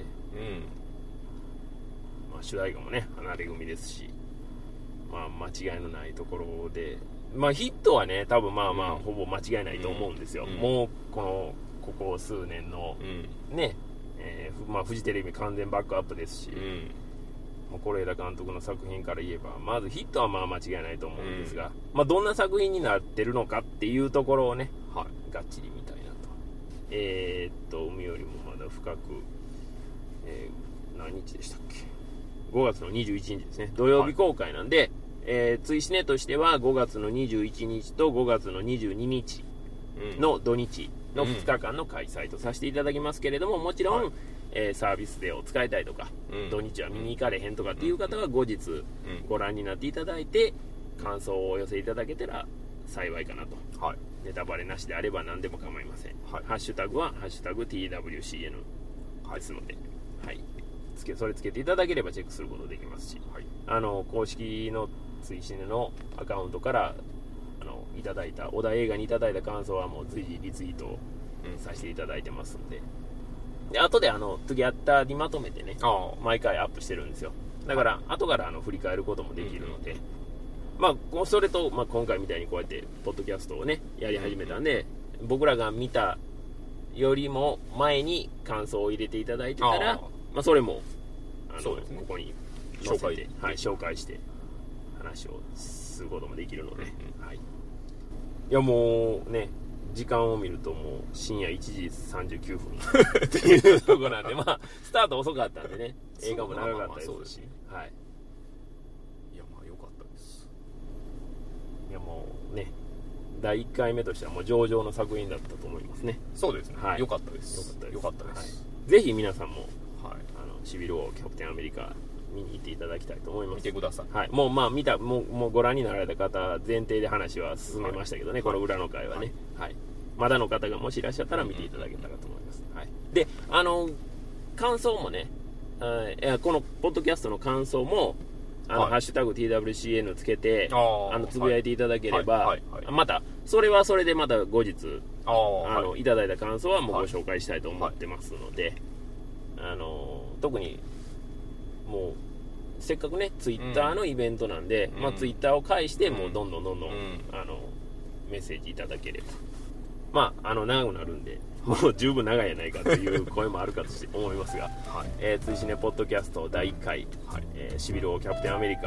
まあ、主題歌もね離れ組ですし、まあ、間違いのないところで、まあ、ヒットはね多分まあまあほぼ間違いないと思うんですよ、うん、もうこのここ数年の、うん、ね、えーまあ、フジテレビ完全バックアップですし、うん、是枝監督の作品から言えばまずヒットはまあ間違いないと思うんですが、うん、まあ、どんな作品になってるのかっていうところをね、はい、がっちり見たいなと。えー、っと海よりもまだ深く、えー、何日でしたっけ、ごがつのにじゅういちにちですね、土曜日公開なんで、はい、えー、追試ねとしてはごがつのにじゅういちにちとごがつのにじゅうににちの土日のふつかかんの開催とさせていただきますけれども、もちろん、はい、えー、サービスデーを使いたいとか、うん、土日は見に行かれへんとかっていう方は後日ご覧になっていただいて感想をお寄せいただけたら幸いかなと、はい、ネタバレなしであれば何でも構いません、はい、ハッシュタグはハッシュタグ ティーダブリューシーエヌ ですので、はい、つけそれつけていただければチェックすることできますし、はい、あの公式の追試ねのアカウントからあのいただいたお題映画にいただいた感想はもう随時リツイートさせていただいてますんで、で後であの次やったにまとめてね毎回アップしてるんですよ。だから後からあの振り返ることもできるので、うんうん、まあそれと、まあ、今回みたいにこうやってポッドキャストをねやり始めたんで、うんうん、僕らが見たよりも前に感想を入れていただいてたら、あ、まあ、それもあのそうですね、ここに載せて紹介、はい、紹介して話をすることもできるので、うんうん、はい、いやもうね時間を見るともう深夜いちじさんじゅうきゅうふんっていうところなんで、まあスタート遅かったんでね、映画も長かったですし、はい、 いやまあ良かったです。 いやもうねだいいっかいめとしてはもう上々の作品だったと思いますね。 そうですね、 はい、 良かったです良かったです、 良かったです、 はい、ぜひ皆さんも、はい、あのシビル王キャプテンアメリカ見に行っていただきたいと思います。 見てください。 はい、もうまあ見たもう、もうご覧になられた方前提で話は進めましたけどね、はい、この裏の回はね、はいはい、まだの方がもしいらっしゃったら見ていただけたらと思います、はい、であの感想もね、あこのポッドキャストの感想もあの、はい、ハッシュタグ ティーダブリューシーエヌ つけてあのつぶやいていただければ、はいはいはい、またそれはそれでまた後日ああの、はい、いただいた感想はもうご紹介したいと思ってますので、はい、あの特にもうせっかくねツイッターのイベントなんで、うん、まあ、ツイッターを介してもうどんどんどんどん、うん、あのメッセージいただければ、まああの長くなるんでもう十分長いやないかという声もあるかと思いますが、はい、えー、追試ねポッドキャストだいいっかい、はい、えー、シビル王キャプテンアメリカ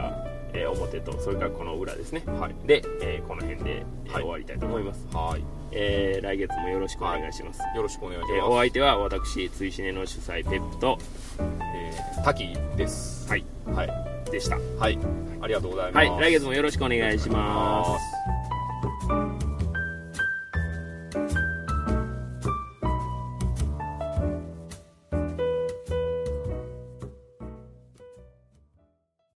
えー、表とそれからこの裏ですね、 はい、 で、えー、この辺で、えーはい、 終わりたいと思います。 はい、 えー、来月もよろしくお願いします。 はい、よろしくお願いします。えー、 お相手は私追試ねの主催ペップと、 えー、滝です。 はい、 はい、 でした。 はい、ありがとうございます。 はい、来月もよろしくお願いします。